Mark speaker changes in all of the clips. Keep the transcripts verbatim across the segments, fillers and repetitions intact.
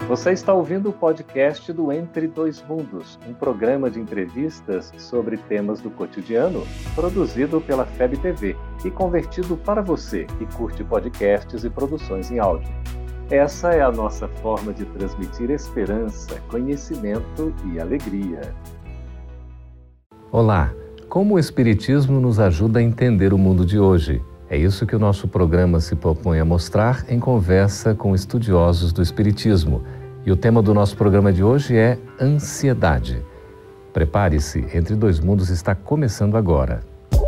Speaker 1: Você está ouvindo o podcast do Entre Dois Mundos, um programa de entrevistas sobre temas do cotidiano, produzido pela F E B T V e convertido para você que curte podcasts e produções em áudio. Essa é a nossa forma de transmitir esperança, conhecimento e alegria.
Speaker 2: Olá! Como o Espiritismo nos ajuda a entender o mundo de hoje? É isso que o nosso programa se propõe a mostrar em conversa com estudiosos do Espiritismo. E o tema do nosso programa de hoje é ansiedade. Prepare-se, Entre Dois Mundos está começando agora.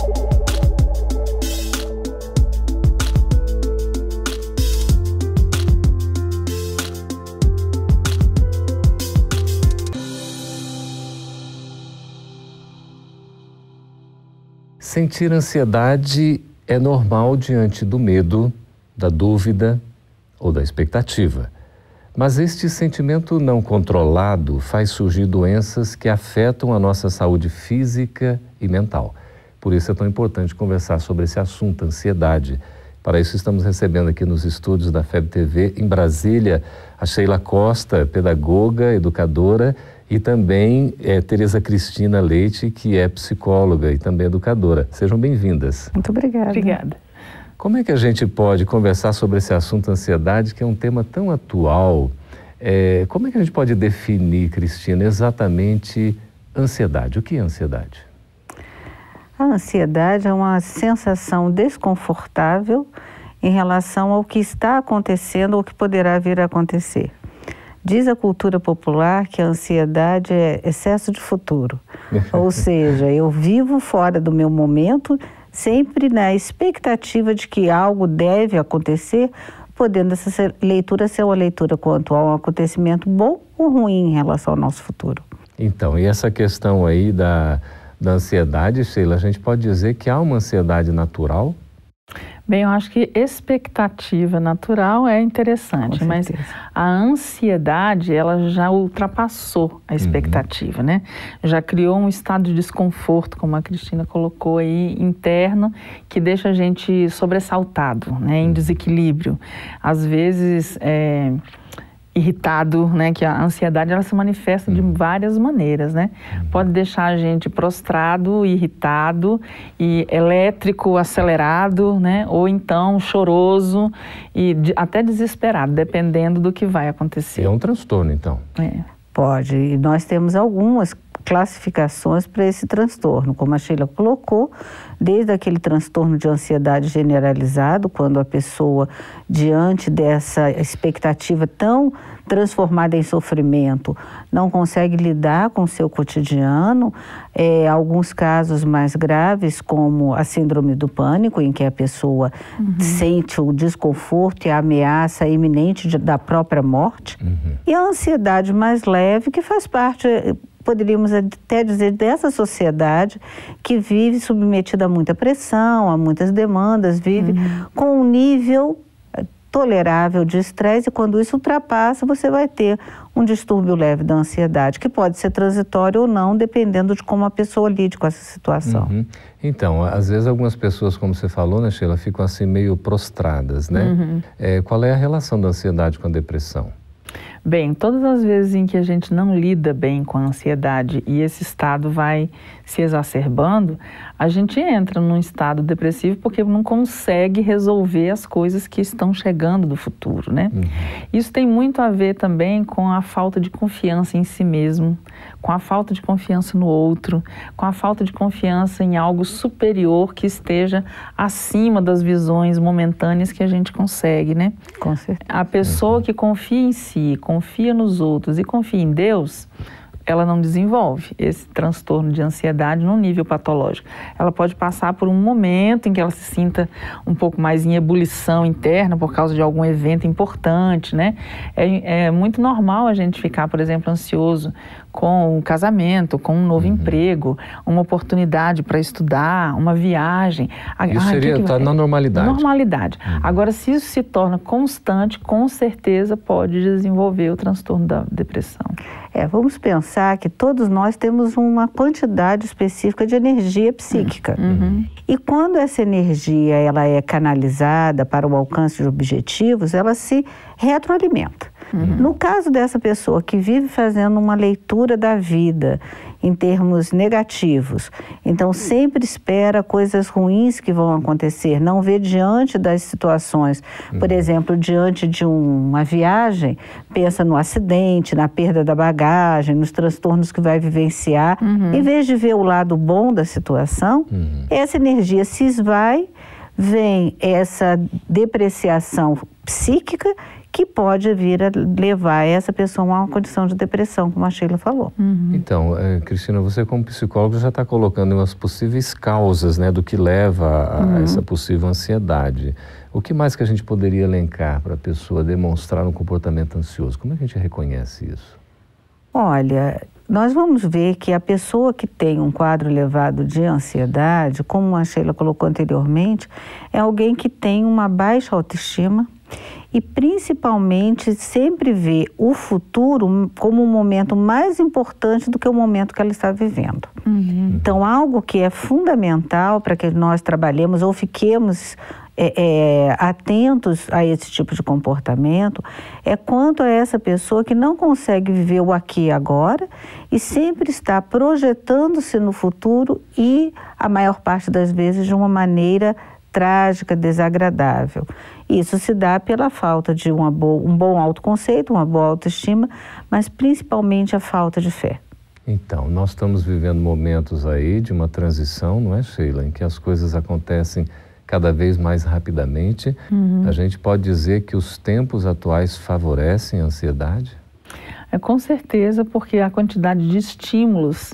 Speaker 2: Sentir ansiedade é normal diante do medo, da dúvida ou da expectativa. Mas este sentimento não controlado faz surgir doenças que afetam a nossa saúde física e mental. Por isso é tão importante conversar sobre esse assunto, ansiedade. Para isso estamos recebendo aqui nos estúdios da F E B T V, em Brasília, a Sheila Costa, pedagoga, educadora, e também é, Tereza Cristina Leite, que é psicóloga e também educadora. Sejam bem-vindas.
Speaker 3: Muito obrigada.
Speaker 4: Obrigada.
Speaker 2: Como é que a gente pode conversar sobre esse assunto ansiedade, que é um tema tão atual? É, como é que a gente pode definir, Cristina, exatamente ansiedade? O que é ansiedade?
Speaker 3: A ansiedade é uma sensação desconfortável em relação ao que está acontecendo ou que poderá vir a acontecer. Diz a cultura popular que a ansiedade é excesso de futuro. Ou seja, eu vivo fora do meu momento, sempre na expectativa de que algo deve acontecer, podendo essa leitura ser uma leitura quanto a um acontecimento bom ou ruim em relação ao nosso futuro.
Speaker 2: Então, e essa questão aí da, da ansiedade, Sheila, a gente pode dizer que há uma ansiedade natural?
Speaker 4: Bem, eu acho que expectativa natural é interessante, mas a ansiedade, ela já ultrapassou a expectativa, uhum. né? Já criou um estado de desconforto, como a Cristina colocou aí, interno, que deixa a gente sobressaltado, né? Em desequilíbrio. Às vezes, é... irritado, né, que a ansiedade ela se manifesta de várias maneiras, né? Pode deixar a gente prostrado, irritado e elétrico, acelerado, né? Ou então choroso e de, até desesperado, dependendo do que vai acontecer.
Speaker 2: É um transtorno, então?
Speaker 3: É. Pode, e nós temos algumas classificações para esse transtorno, como a Sheila colocou, desde aquele transtorno de ansiedade generalizado, quando a pessoa, diante dessa expectativa tão transformada em sofrimento, não consegue lidar com o seu cotidiano, é, alguns casos mais graves, como a síndrome do pânico, em que a pessoa uhum. sente o desconforto e a ameaça iminente de, da própria morte, uhum. e a ansiedade mais leve, que faz parte, poderíamos até dizer, dessa sociedade que vive submetida a muita pressão, a muitas demandas, vive uhum. com um nível tolerável de estresse, e quando isso ultrapassa, você vai ter um distúrbio leve da ansiedade, que pode ser transitório ou não, dependendo de como a pessoa lide com essa situação.
Speaker 2: Uhum. Então, às vezes algumas pessoas, como você falou, né, Sheila, ficam assim meio prostradas, né? Uhum. É, qual é a relação da ansiedade com a depressão?
Speaker 4: Bem, todas as vezes em que a gente não lida bem com a ansiedade e esse estado vai se exacerbando, a gente entra num estado depressivo porque não consegue resolver as coisas que estão chegando do futuro, né? Uhum. Isso tem muito a ver também com a falta de confiança em si mesmo, com a falta de confiança no outro, com a falta de confiança em algo superior que esteja acima das visões momentâneas que a gente consegue, né?
Speaker 3: Com certeza.
Speaker 4: A pessoa que confia em si, confia nos outros e confia em Deus, ela não desenvolve esse transtorno de ansiedade num nível patológico. Ela pode passar por um momento em que ela se sinta um pouco mais em ebulição interna por causa de algum evento importante, né? É, é muito normal a gente ficar, por exemplo, ansioso com um casamento, com um novo uhum. emprego, uma oportunidade para estudar, uma viagem.
Speaker 2: Isso ah, seria que que tá na normalidade.
Speaker 4: Normalidade. Uhum. Agora, se isso se torna constante, com certeza pode desenvolver o transtorno da depressão.
Speaker 3: É, vamos pensar que todos nós temos uma quantidade específica de energia psíquica. Uhum. E quando essa energia ela é canalizada para o alcance de objetivos, ela se retroalimenta. Uhum. No caso dessa pessoa que vive fazendo uma leitura da vida em termos negativos, então sempre espera coisas ruins que vão acontecer, não vê diante das situações, uhum. por exemplo, diante de um, uma viagem, pensa no acidente, na perda da bagagem, nos transtornos que vai vivenciar, uhum. em vez de ver o lado bom da situação, uhum. essa energia se esvai, vem essa depreciação psíquica que pode vir a levar essa pessoa a uma condição de depressão, como a Sheila falou.
Speaker 2: Uhum. Então, é, Cristina, você como psicóloga já está colocando umas possíveis causas, né, do que leva a uhum. essa possível ansiedade. O que mais que a gente poderia elencar para a pessoa demonstrar um comportamento ansioso? Como é que a gente reconhece isso?
Speaker 3: Olha, nós vamos ver que a pessoa que tem um quadro elevado de ansiedade, como a Sheila colocou anteriormente, é alguém que tem uma baixa autoestima e principalmente sempre vê o futuro como um momento mais importante do que o momento que ela está vivendo. Uhum. Então, algo que é fundamental para que nós trabalhemos ou fiquemos É, é, atentos a esse tipo de comportamento é quanto a essa pessoa que não consegue viver o aqui e agora e sempre está projetando-se no futuro e, a maior parte das vezes, de uma maneira trágica, desagradável. Isso se dá pela falta de uma boa, um bom autoconceito, uma boa autoestima, mas principalmente a falta de fé.
Speaker 2: Então, nós estamos vivendo momentos aí de uma transição, não é, Sheila, em que as coisas acontecem cada vez mais rapidamente. Uhum. A gente pode dizer que os tempos atuais favorecem a ansiedade?
Speaker 4: É, com certeza, porque a quantidade de estímulos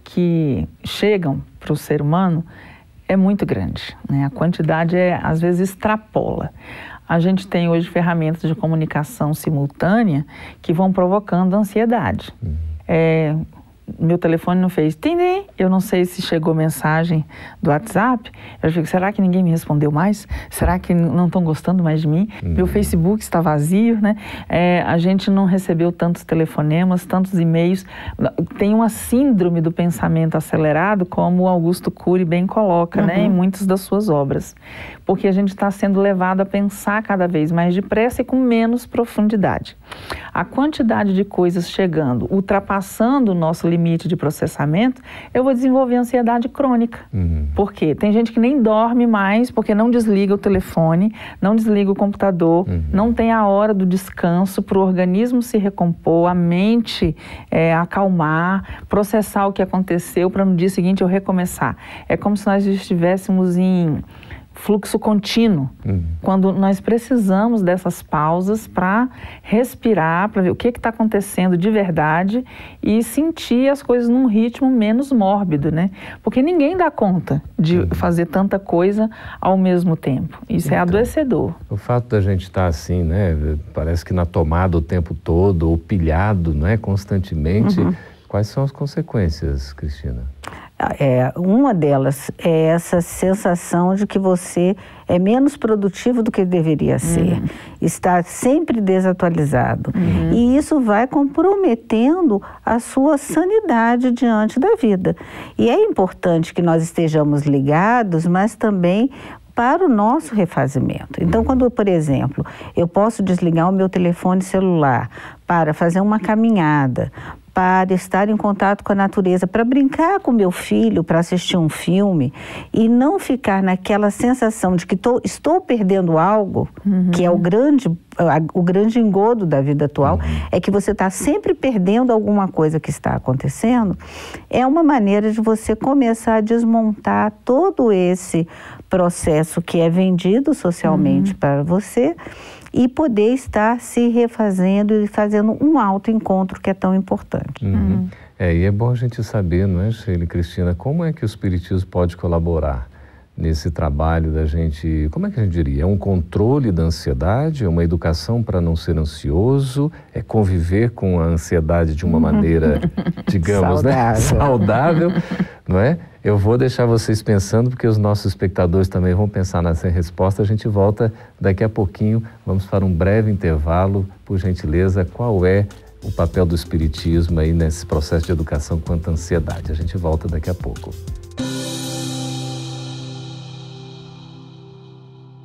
Speaker 4: que chegam para o ser humano é muito grande, né? A quantidade, é, às vezes, extrapola. A gente tem hoje ferramentas de comunicação simultânea que vão provocando ansiedade. Uhum. É... Meu telefone não fez tim-tim, eu não sei se chegou mensagem do WhatsApp, eu fico, será que ninguém me respondeu mais? Será que não estão gostando mais de mim? Uhum. Meu Facebook está vazio, né? É, a gente não recebeu tantos telefonemas, tantos e-mails. Tem uma síndrome do pensamento acelerado, como o Augusto Cury bem coloca, uhum. né, em muitas das suas obras. Porque a gente está sendo levado a pensar cada vez mais depressa e com menos profundidade. A quantidade de coisas chegando, ultrapassando o nosso limite de processamento, eu vou desenvolver ansiedade crônica. Uhum. Por quê? Tem gente que nem dorme mais porque não desliga o telefone, não desliga o computador, uhum. não tem a hora do descanso para o organismo se recompor, a mente é, acalmar, processar o que aconteceu para no dia seguinte eu recomeçar. É como se nós estivéssemos em fluxo contínuo, uhum. quando nós precisamos dessas pausas para respirar, para ver o que está acontecendo de verdade e sentir as coisas num ritmo menos mórbido, né? Porque ninguém dá conta de uhum. fazer tanta coisa ao mesmo tempo. Isso então, é adoecedor.
Speaker 2: O fato da gente estar assim, né? Parece que na tomada o tempo todo, ou pilhado, não é? Constantemente. Uhum. Quais são as consequências, Cristina?
Speaker 3: É, uma delas é essa sensação de que você é menos produtivo do que deveria ser, uhum. está sempre desatualizado. Uhum. E isso vai comprometendo a sua sanidade diante da vida. E é importante que nós estejamos ligados, mas também para o nosso refazimento. Então, quando, por exemplo, eu posso desligar o meu telefone celular para fazer uma caminhada, para estar em contato com a natureza, para brincar com meu filho, para assistir um filme e não ficar naquela sensação de que tô, estou perdendo algo, uhum. que é o grande, o grande engodo da vida atual, uhum. é que você está sempre perdendo alguma coisa que está acontecendo, é uma maneira de você começar a desmontar todo esse processo que é vendido socialmente uhum. para você e poder estar se refazendo e fazendo um autoencontro que é tão importante.
Speaker 2: Uhum. Uhum. É, e é bom a gente saber, não é, Sheila e Cristina, como é que o Espiritismo pode colaborar nesse trabalho da gente, como é que a gente diria? É um controle da ansiedade, é uma educação para não ser ansioso, é conviver com a ansiedade de uma maneira, digamos, saudável. né, saudável, não é? Eu vou deixar vocês pensando, porque os nossos espectadores também vão pensar nessa resposta. A gente volta daqui a pouquinho, vamos para um breve intervalo. Por gentileza, qual é o papel do Espiritismo aí nesse processo de educação quanto à ansiedade? A gente volta daqui a pouco.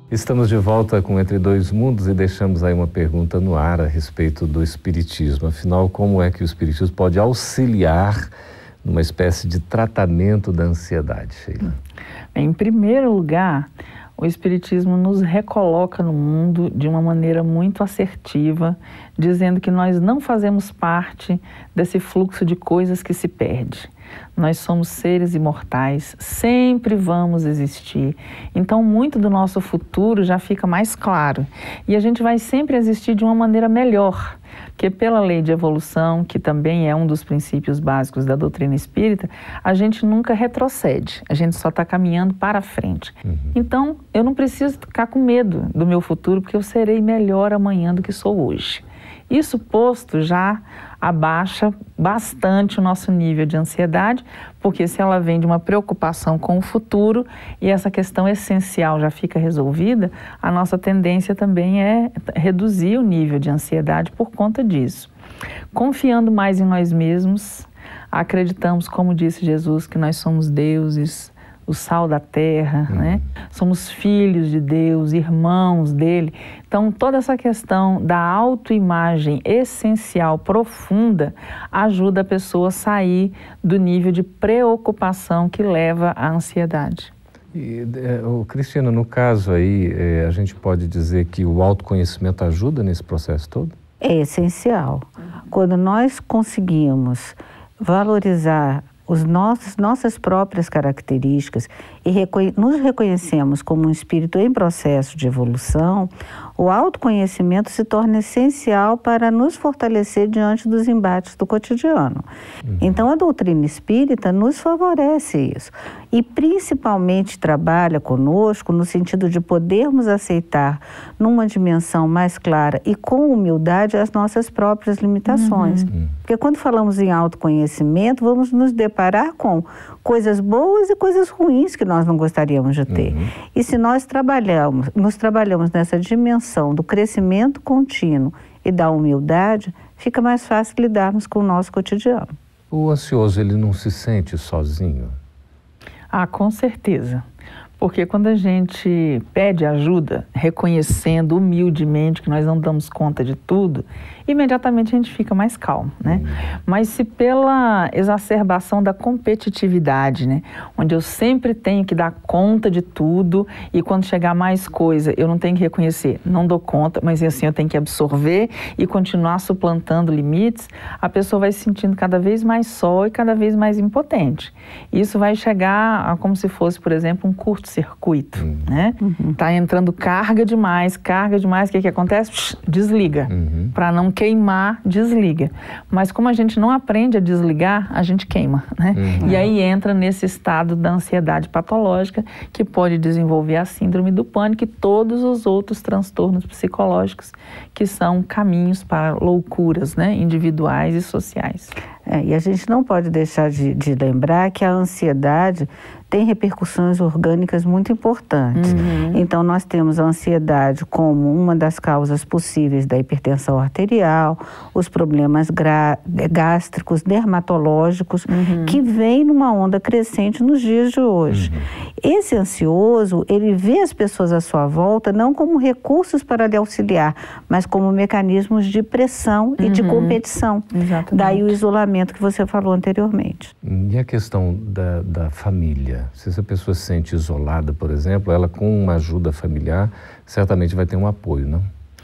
Speaker 2: Estamos de volta com Entre Dois Mundos e deixamos aí uma pergunta no ar a respeito do Espiritismo. Afinal, como é que o Espiritismo pode auxiliar numa espécie de tratamento da ansiedade, Sheila?
Speaker 4: Em primeiro lugar, o Espiritismo nos recoloca no mundo de uma maneira muito assertiva, dizendo que nós não fazemos parte desse fluxo de coisas que se perde. Nós somos seres imortais, sempre vamos existir. Então, muito do nosso futuro já fica mais claro. E a gente vai sempre existir de uma maneira melhor, porque pela lei de evolução, que também é um dos princípios básicos da doutrina espírita, a gente nunca retrocede, a gente só está caminhando para frente. Uhum. Então, eu não preciso ficar com medo do meu futuro, porque eu serei melhor amanhã do que sou hoje. Isso posto já abaixa bastante o nosso nível de ansiedade, porque se ela vem de uma preocupação com o futuro e essa questão essencial já fica resolvida, a nossa tendência também é reduzir o nível de ansiedade por conta disso. Confiando mais em nós mesmos, acreditamos, como disse Jesus, que nós somos deuses, o sal da terra, uhum. né? Somos filhos de Deus, irmãos dele. Então, toda essa questão da autoimagem essencial, profunda, ajuda a pessoa a sair do nível de preocupação que leva à ansiedade.
Speaker 2: E, é, o Cristina, no caso aí, é, a gente pode dizer que o autoconhecimento ajuda nesse processo todo?
Speaker 3: É essencial. Quando nós conseguimos valorizar os nossos, nossas próprias características e reconhe- nos reconhecemos como um espírito em processo de evolução, o autoconhecimento se torna essencial para nos fortalecer diante dos embates do cotidiano. Uhum. Então, a doutrina espírita nos favorece isso e principalmente trabalha conosco no sentido de podermos aceitar numa dimensão mais clara e com humildade as nossas próprias limitações. Uhum. Porque quando falamos em autoconhecimento, vamos nos deparar com coisas boas e coisas ruins que nós não gostaríamos de ter. Uhum. E se nós trabalhamos, nos trabalhamos nessa dimensão do crescimento contínuo e da humildade, fica mais fácil lidarmos com o nosso cotidiano.
Speaker 2: O ansioso, ele não se sente sozinho?
Speaker 4: Ah, com certeza. Porque quando a gente pede ajuda, reconhecendo humildemente que nós não damos conta de tudo, imediatamente a gente fica mais calmo, né? Uhum. Mas se pela exacerbação da competitividade, né? Onde eu sempre tenho que dar conta de tudo e quando chegar mais coisa, eu não tenho que reconhecer, não dou conta, mas assim eu tenho que absorver e continuar suplantando limites, a pessoa vai se sentindo cada vez mais só e cada vez mais impotente. Isso vai chegar a como se fosse, por exemplo, um curto-circuito, uhum. né? Uhum. Tá entrando carga demais, carga demais, o que que acontece? Psh, desliga, uhum. para não queimar, desliga. Mas como a gente não aprende a desligar, a gente queima, né? Uhum. E aí entra nesse estado da ansiedade patológica que pode desenvolver a síndrome do pânico e todos os outros transtornos psicológicos que são caminhos para loucuras, né? Individuais e sociais.
Speaker 3: É, e a gente não pode deixar de, de lembrar que a ansiedade tem repercussões orgânicas muito importantes. Uhum. Então, nós temos a ansiedade como uma das causas possíveis da hipertensão arterial, os problemas gástricos, dermatológicos, uhum. que vem numa onda crescente nos dias de hoje. Uhum. Esse ansioso, ele vê as pessoas à sua volta não como recursos para lhe auxiliar, mas como mecanismos de pressão uhum. e de competição. Exatamente. Daí o isolamento que você falou anteriormente.
Speaker 2: E a questão da, da família? Se essa pessoa se sente isolada, por exemplo, ela com uma ajuda familiar, certamente vai ter um apoio, não?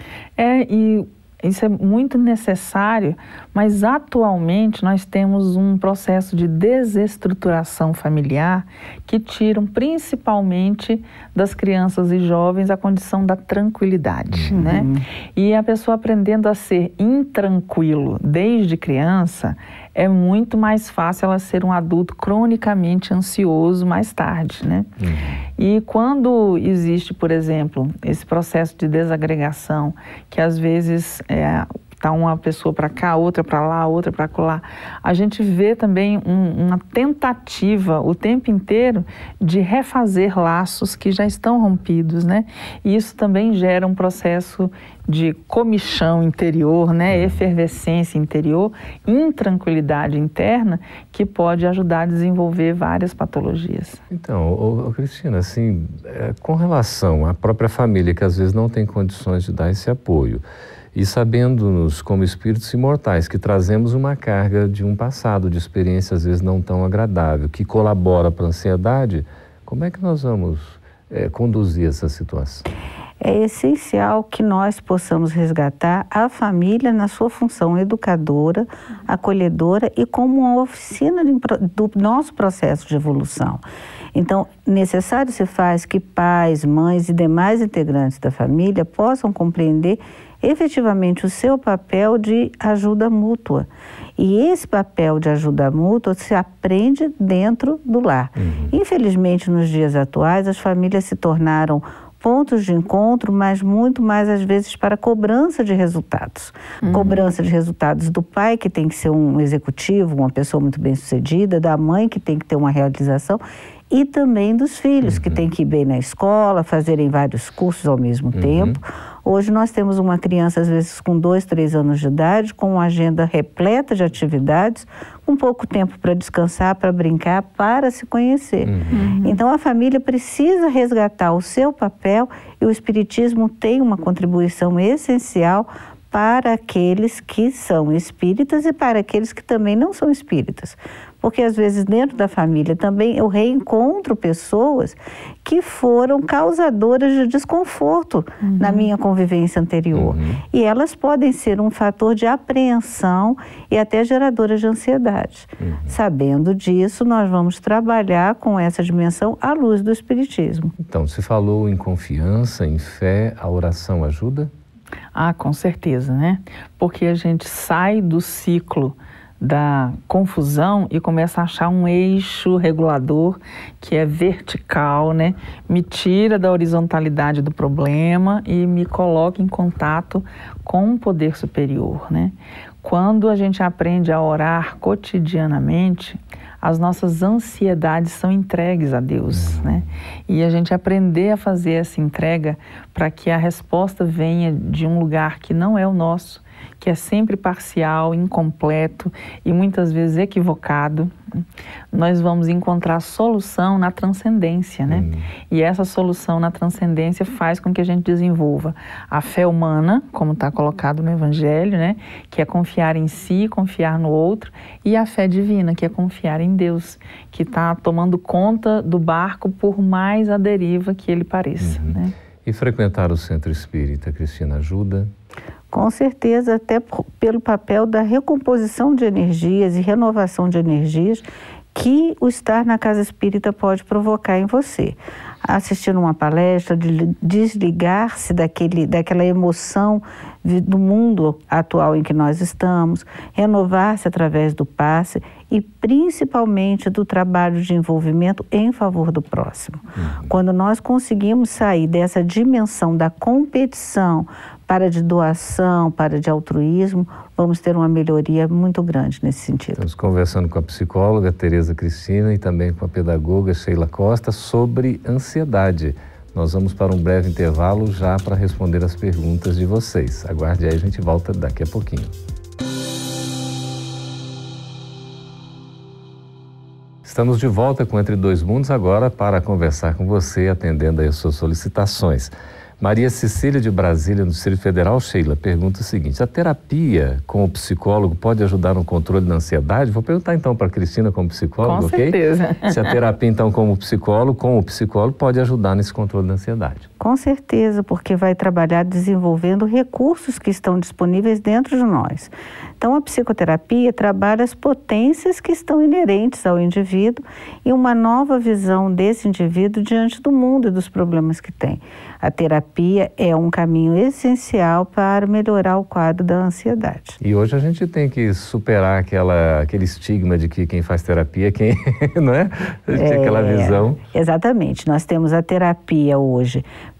Speaker 4: É, e isso é muito necessário, mas atualmente nós temos um processo de desestruturação familiar que tiram principalmente das crianças e jovens a condição da tranquilidade, uhum. né? E a pessoa aprendendo a ser intranquilo desde criança, é muito mais fácil ela ser um adulto cronicamente ansioso mais tarde, né? Uhum. E quando existe, por exemplo, esse processo de desagregação, que às vezes é, tá uma pessoa para cá, outra para lá, outra para lá. A gente vê também um, uma tentativa o tempo inteiro de refazer laços que já estão rompidos, né? E isso também gera um processo de comichão interior, né? Efervescência interior, intranquilidade interna, que pode ajudar a desenvolver várias patologias.
Speaker 2: Então, ô, ô, Cristina, assim, é, com relação à própria família, que às vezes não tem condições de dar esse apoio, e sabendo-nos como espíritos imortais, que trazemos uma carga de um passado, de experiência às vezes não tão agradável, que colabora para a ansiedade, como é que nós vamos é, conduzir essa situação?
Speaker 3: É essencial que nós possamos resgatar a família na sua função educadora, acolhedora e como uma oficina de, do nosso processo de evolução. Então, necessário se faz que pais, mães e demais integrantes da família possam compreender efetivamente o seu papel de ajuda mútua. E esse papel de ajuda mútua se aprende dentro do lar. Uhum. Infelizmente, nos dias atuais, as famílias se tornaram pontos de encontro, mas muito mais às vezes para cobrança de resultados. Uhum. Cobrança de resultados do pai, que tem que ser um executivo, uma pessoa muito bem-sucedida, da mãe, que tem que ter uma realização, e também dos filhos, uhum. que tem que ir bem na escola, fazerem vários cursos ao mesmo uhum. tempo. Hoje nós temos uma criança, às vezes, com dois, três anos de idade, com uma agenda repleta de atividades, com pouco tempo para descansar, para brincar, para se conhecer. Uhum. Então, a família precisa resgatar o seu papel e o Espiritismo tem uma contribuição essencial para aqueles que são espíritas e para aqueles que também não são espíritas. Porque, às vezes, dentro da família também eu reencontro pessoas que foram causadoras de desconforto uhum. na minha convivência anterior. Uhum. E elas podem ser um fator de apreensão e até geradoras de ansiedade. Uhum. Sabendo disso, nós vamos trabalhar com essa dimensão à luz do Espiritismo.
Speaker 2: Então, se falou em confiança, em fé, a oração ajuda?
Speaker 4: Ah, com certeza, né? Porque a gente sai do ciclo da confusão e começa a achar um eixo regulador que é vertical, né? Me tira da horizontalidade do problema e me coloca em contato com um poder superior, né? Quando a gente aprende a orar cotidianamente, as nossas ansiedades são entregues a Deus, né? E a gente aprender a fazer essa entrega para que a resposta venha de um lugar que não é o nosso, que é sempre parcial, incompleto e muitas vezes equivocado, nós vamos encontrar solução na transcendência, né? Hum. E essa solução na transcendência faz com que a gente desenvolva a fé humana, como está colocado no Evangelho, né? Que é confiar em si, confiar no outro, e a fé divina, que é confiar em Deus, que está tomando conta do barco por mais à deriva que ele pareça, uhum. né?
Speaker 2: E frequentar o centro espírita, Cristina, ajuda?
Speaker 3: Com certeza, até pelo papel da recomposição de energias e renovação de energias que o estar na casa espírita pode provocar em você. Assistir uma palestra, de desligar-se daquele, daquela emoção de, do mundo atual em que nós estamos, renovar-se através do passe e principalmente do trabalho de envolvimento em favor do próximo. Uhum. Quando nós conseguimos sair dessa dimensão da competição para de doação, para de altruísmo, vamos ter uma melhoria muito grande nesse sentido.
Speaker 2: Estamos conversando com a psicóloga Tereza Cristina e também com a pedagoga Sheila Costa sobre ansiedade. Nós vamos para um breve intervalo já para responder as perguntas de vocês. Aguarde aí, a gente volta daqui a pouquinho. Estamos de volta com Entre Dois Mundos agora para conversar com você, atendendo aí as suas solicitações. Maria Cecília de Brasília, no Distrito Federal, Sheila, pergunta o seguinte: a terapia com o psicólogo pode ajudar no controle da ansiedade? Vou perguntar então para a Cristina como psicóloga,
Speaker 4: com
Speaker 2: ok?
Speaker 4: certeza.
Speaker 2: Se a terapia então como psicólogo, com o psicólogo, pode ajudar nesse controle da ansiedade?
Speaker 3: Com certeza, porque vai trabalhar desenvolvendo recursos que estão disponíveis dentro de nós. Então, a psicoterapia trabalha as potências que estão inerentes ao indivíduo e uma nova visão desse indivíduo diante do mundo e dos problemas que tem. A terapia é um caminho essencial para melhorar o quadro da ansiedade.
Speaker 2: E hoje a gente tem que superar aquela, aquele estigma de que quem faz terapia é quem, não é? É aquela visão.
Speaker 3: Exatamente. Nós temos a terapia hoje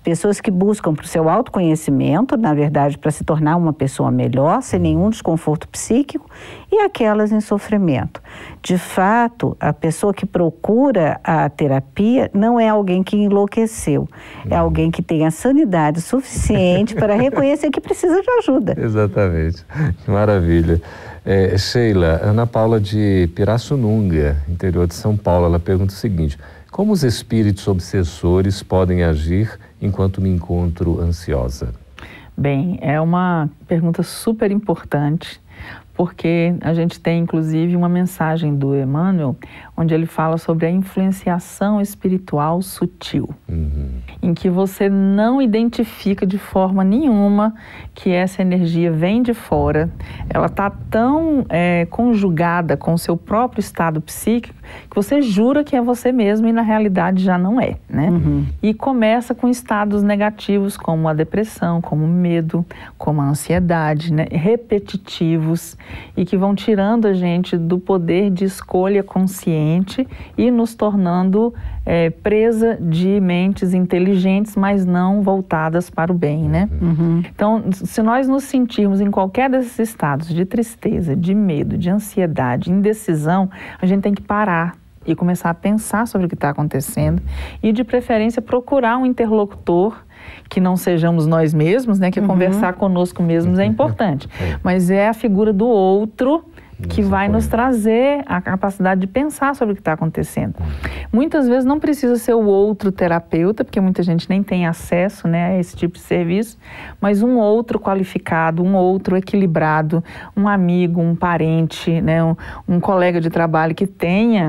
Speaker 3: Pessoas que buscam para o seu autoconhecimento, na verdade, para se tornar uma pessoa melhor, sem nenhum desconforto psíquico, e aquelas em sofrimento. De fato, a pessoa que procura a terapia não é alguém que enlouqueceu, é alguém que tem a sanidade suficiente para reconhecer que precisa de ajuda.
Speaker 2: Exatamente. Que maravilha. É, Sheila, Ana Paula de Pirassununga, interior de São Paulo, ela pergunta o seguinte: como os espíritos obsessores podem agir enquanto me encontro ansiosa?
Speaker 4: Bem, é uma pergunta super importante, porque a gente tem inclusive uma mensagem do Emmanuel, onde ele fala sobre a influenciação espiritual sutil, uhum. em que você não identifica de forma nenhuma que essa energia vem de fora, ela está tão é, conjugada com o seu próprio estado psíquico, que você jura que é você mesmo e na realidade já não é, né? Uhum. E começa com estados negativos como a depressão, como o medo, como a ansiedade, né? Repetitivos, e que vão tirando a gente do poder de escolha consciente e nos tornando é, presa de mentes inteligentes, mas não voltadas para o bem, né? Uhum. Então, se nós nos sentirmos em qualquer desses estados de tristeza, de medo, de ansiedade, indecisão, a gente tem que parar e começar a pensar sobre o que está acontecendo e, de preferência, procurar um interlocutor que não sejamos nós mesmos, né? Que uhum. conversar conosco mesmos é importante, mas é a figura do outro que vai nos trazer a capacidade de pensar sobre o que está acontecendo. Muitas vezes não precisa ser o outro terapeuta, porque muita gente nem tem acesso, né, a esse tipo de serviço, mas um outro qualificado, um outro equilibrado, um amigo, um parente, né, um, um colega de trabalho que tenha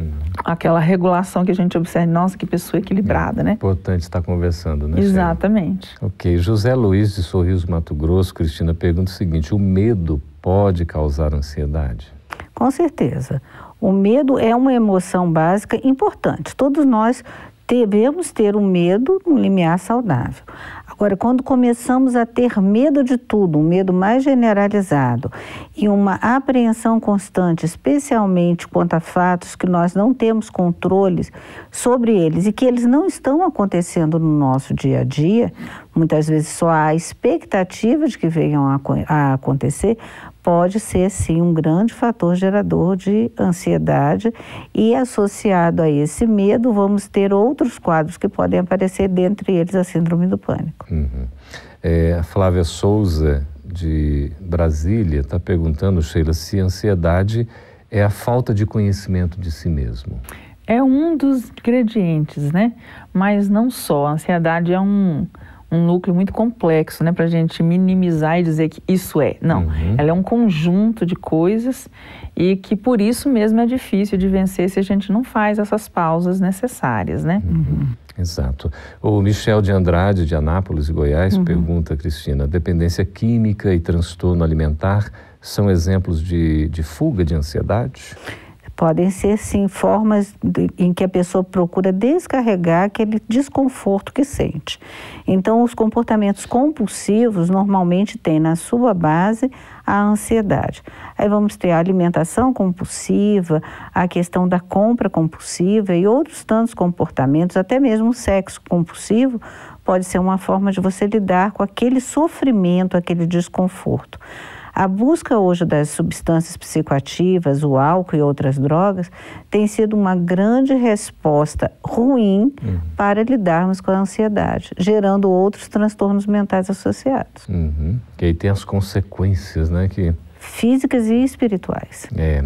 Speaker 4: aquela regulação que a gente observa. Nossa, que pessoa equilibrada, é né?
Speaker 2: Importante estar conversando, né?
Speaker 4: Exatamente.
Speaker 2: Sheila? Ok. José Luiz de Sorriso, Mato Grosso, Cristina, pergunta o seguinte: o medo pode causar ansiedade?
Speaker 3: Com certeza. O medo é uma emoção básica importante. Todos nós devemos ter um medo num limiar saudável. Agora, quando começamos a ter medo de tudo, um medo mais generalizado e uma apreensão constante, especialmente quanto a fatos que nós não temos controles sobre eles e que eles não estão acontecendo no nosso dia a dia, muitas vezes só há expectativa de que venham a, a acontecer, pode ser sim um grande fator gerador de ansiedade, e associado a esse medo vamos ter outros quadros que podem aparecer, dentre eles a síndrome do pânico.
Speaker 2: Uhum. É, a Flávia Souza de Brasília está perguntando, Sheila, se a ansiedade é a falta de conhecimento de si mesmo.
Speaker 4: É um dos ingredientes, né? Mas não só. A ansiedade é um... um núcleo muito complexo, né, para a gente minimizar e dizer que isso é. Não, uhum. ela é um conjunto de coisas e que por isso mesmo é difícil de vencer se a gente não faz essas pausas necessárias, né?
Speaker 2: Uhum. Exato. O Michel de Andrade, de Anápolis, Goiás, uhum. pergunta, Cristina, dependência química e transtorno alimentar são exemplos de, de fuga de ansiedade?
Speaker 3: Podem ser, sim, formas de, em que a pessoa procura descarregar aquele desconforto que sente. Então, os comportamentos compulsivos normalmente têm na sua base a ansiedade. Aí vamos ter a alimentação compulsiva, a questão da compra compulsiva e outros tantos comportamentos, até mesmo o sexo compulsivo pode ser uma forma de você lidar com aquele sofrimento, aquele desconforto. A busca hoje das substâncias psicoativas, o álcool e outras drogas, tem sido uma grande resposta ruim uhum. para lidarmos com a ansiedade, gerando outros transtornos mentais associados.
Speaker 2: Uhum. Que aí tem as consequências, né? Que...
Speaker 3: físicas e espirituais.
Speaker 2: É.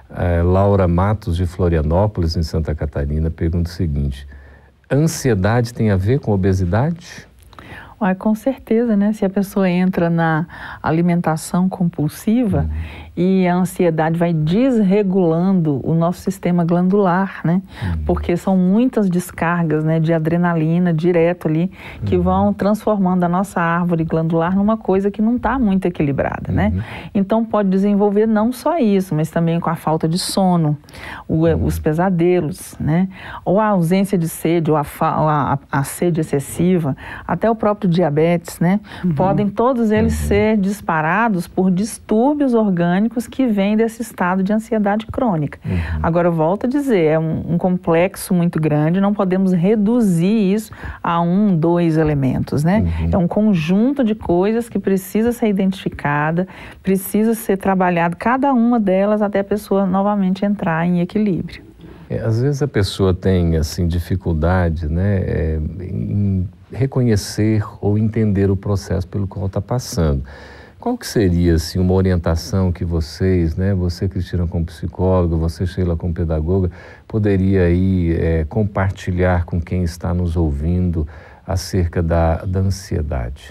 Speaker 2: A Laura Matos, de Florianópolis, em Santa Catarina, pergunta o seguinte: ansiedade tem a ver com obesidade?
Speaker 4: Ah, com certeza, né? Se a pessoa entra na alimentação compulsiva uhum. e a ansiedade vai desregulando o nosso sistema glandular, né? Uhum. Porque são muitas descargas, né, de adrenalina direto ali que uhum. vão transformando a nossa árvore glandular numa coisa que não está muito equilibrada, uhum. né? Então pode desenvolver não só isso, mas também com a falta de sono, o, uhum. os pesadelos, né? Ou a ausência de sede, ou a, a, a sede excessiva, até o próprio próprio diabetes, né? Uhum. Podem todos eles uhum. ser disparados por distúrbios orgânicos que vêm desse estado de ansiedade crônica. Uhum. Agora, eu volto a dizer, é um, um complexo muito grande, não podemos reduzir isso a um, dois elementos, né? Uhum. É um conjunto de coisas que precisa ser identificada, precisa ser trabalhado, cada uma delas, até a pessoa novamente entrar em equilíbrio.
Speaker 2: É, às vezes a pessoa tem assim, dificuldade, né, é, em reconhecer ou entender o processo pelo qual está passando. Qual que seria assim, uma orientação que vocês, né, você, Cristina, como psicóloga, você, Sheila, como pedagoga, poderia aí, é, compartilhar com quem está nos ouvindo acerca da, da ansiedade?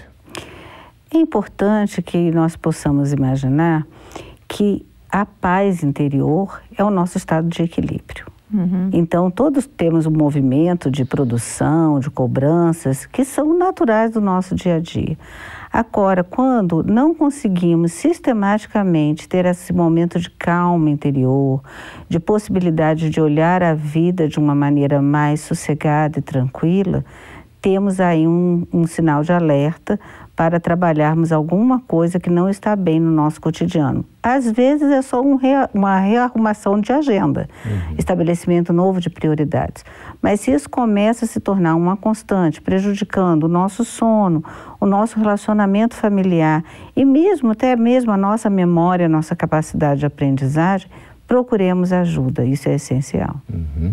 Speaker 3: É importante que nós possamos imaginar que a paz interior é o nosso estado de equilíbrio. Uhum. Então, todos temos um movimento de produção, de cobranças, que são naturais do nosso dia a dia. Agora, quando não conseguimos sistematicamente ter esse momento de calma interior, de possibilidade de olhar a vida de uma maneira mais sossegada e tranquila, temos aí um, um sinal de alerta para trabalharmos alguma coisa que não está bem no nosso cotidiano. Às vezes é só um rea, uma rearrumação de agenda, uhum. estabelecimento novo de prioridades. Mas se isso começa a se tornar uma constante, prejudicando o nosso sono, o nosso relacionamento familiar e mesmo até mesmo a nossa memória, a nossa capacidade de aprendizagem, procuremos ajuda, isso é essencial.
Speaker 2: Uhum.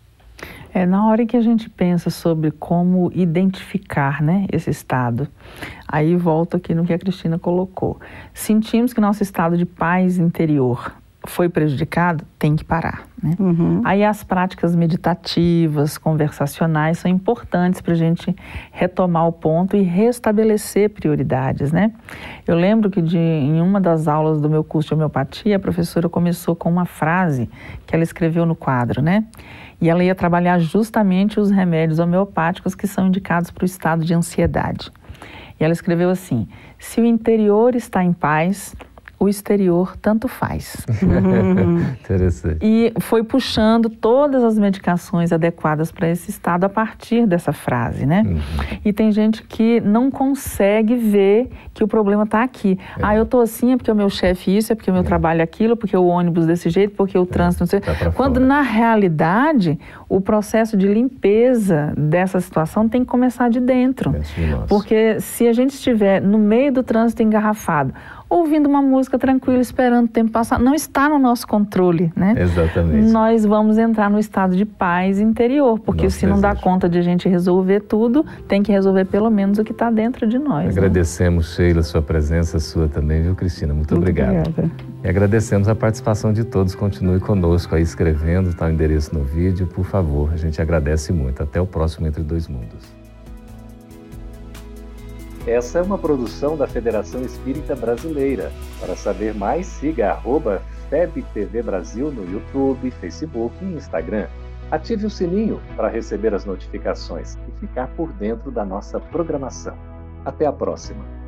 Speaker 4: É, na hora que a gente pensa sobre como identificar, né, esse estado, aí volto aqui no que a Cristina colocou. Sentimos que nosso estado de paz interior foi prejudicado, tem que parar, né? Uhum. Aí as práticas meditativas, conversacionais são importantes para a gente retomar o ponto e restabelecer prioridades, né? Eu lembro que de, em uma das aulas do meu curso de homeopatia, a professora começou com uma frase que ela escreveu no quadro, né? E ela ia trabalhar justamente os remédios homeopáticos que são indicados para o estado de ansiedade. E ela escreveu assim: se o interior está em paz, o exterior tanto faz.
Speaker 2: Interessante.
Speaker 4: E foi puxando todas as medicações adequadas para esse estado a partir dessa frase, né? Uhum. E tem gente que não consegue ver que o problema está aqui. É. Ah, eu tô assim é porque o meu chefe isso, é porque o meu é. trabalho é aquilo, porque o ônibus desse jeito, porque o trânsito não sei. Tá Quando fora. Na realidade o processo de limpeza dessa situação tem que começar de dentro. É, porque se a gente estiver no meio do trânsito engarrafado, ouvindo uma música tranquila, esperando o tempo passar, não está no nosso controle, né?
Speaker 2: Exatamente.
Speaker 4: Nós vamos entrar no estado de paz interior, porque Nosso se não desejo. dá conta de a gente resolver tudo, tem que resolver pelo menos o que está dentro de nós.
Speaker 2: Agradecemos, né? Sheila, sua presença, sua também, viu, Cristina? Muito, Muito obrigado. Obrigada. E agradecemos a participação de todos. Continue conosco aí escrevendo, está o endereço no vídeo, por favor. A gente agradece muito. Até o próximo Entre Dois Mundos.
Speaker 1: Essa é uma produção da Federação Espírita Brasileira. Para saber mais, siga arroba F E B T V Brasil no YouTube, Facebook e Instagram. Ative o sininho para receber as notificações e ficar por dentro da nossa programação. Até a próxima!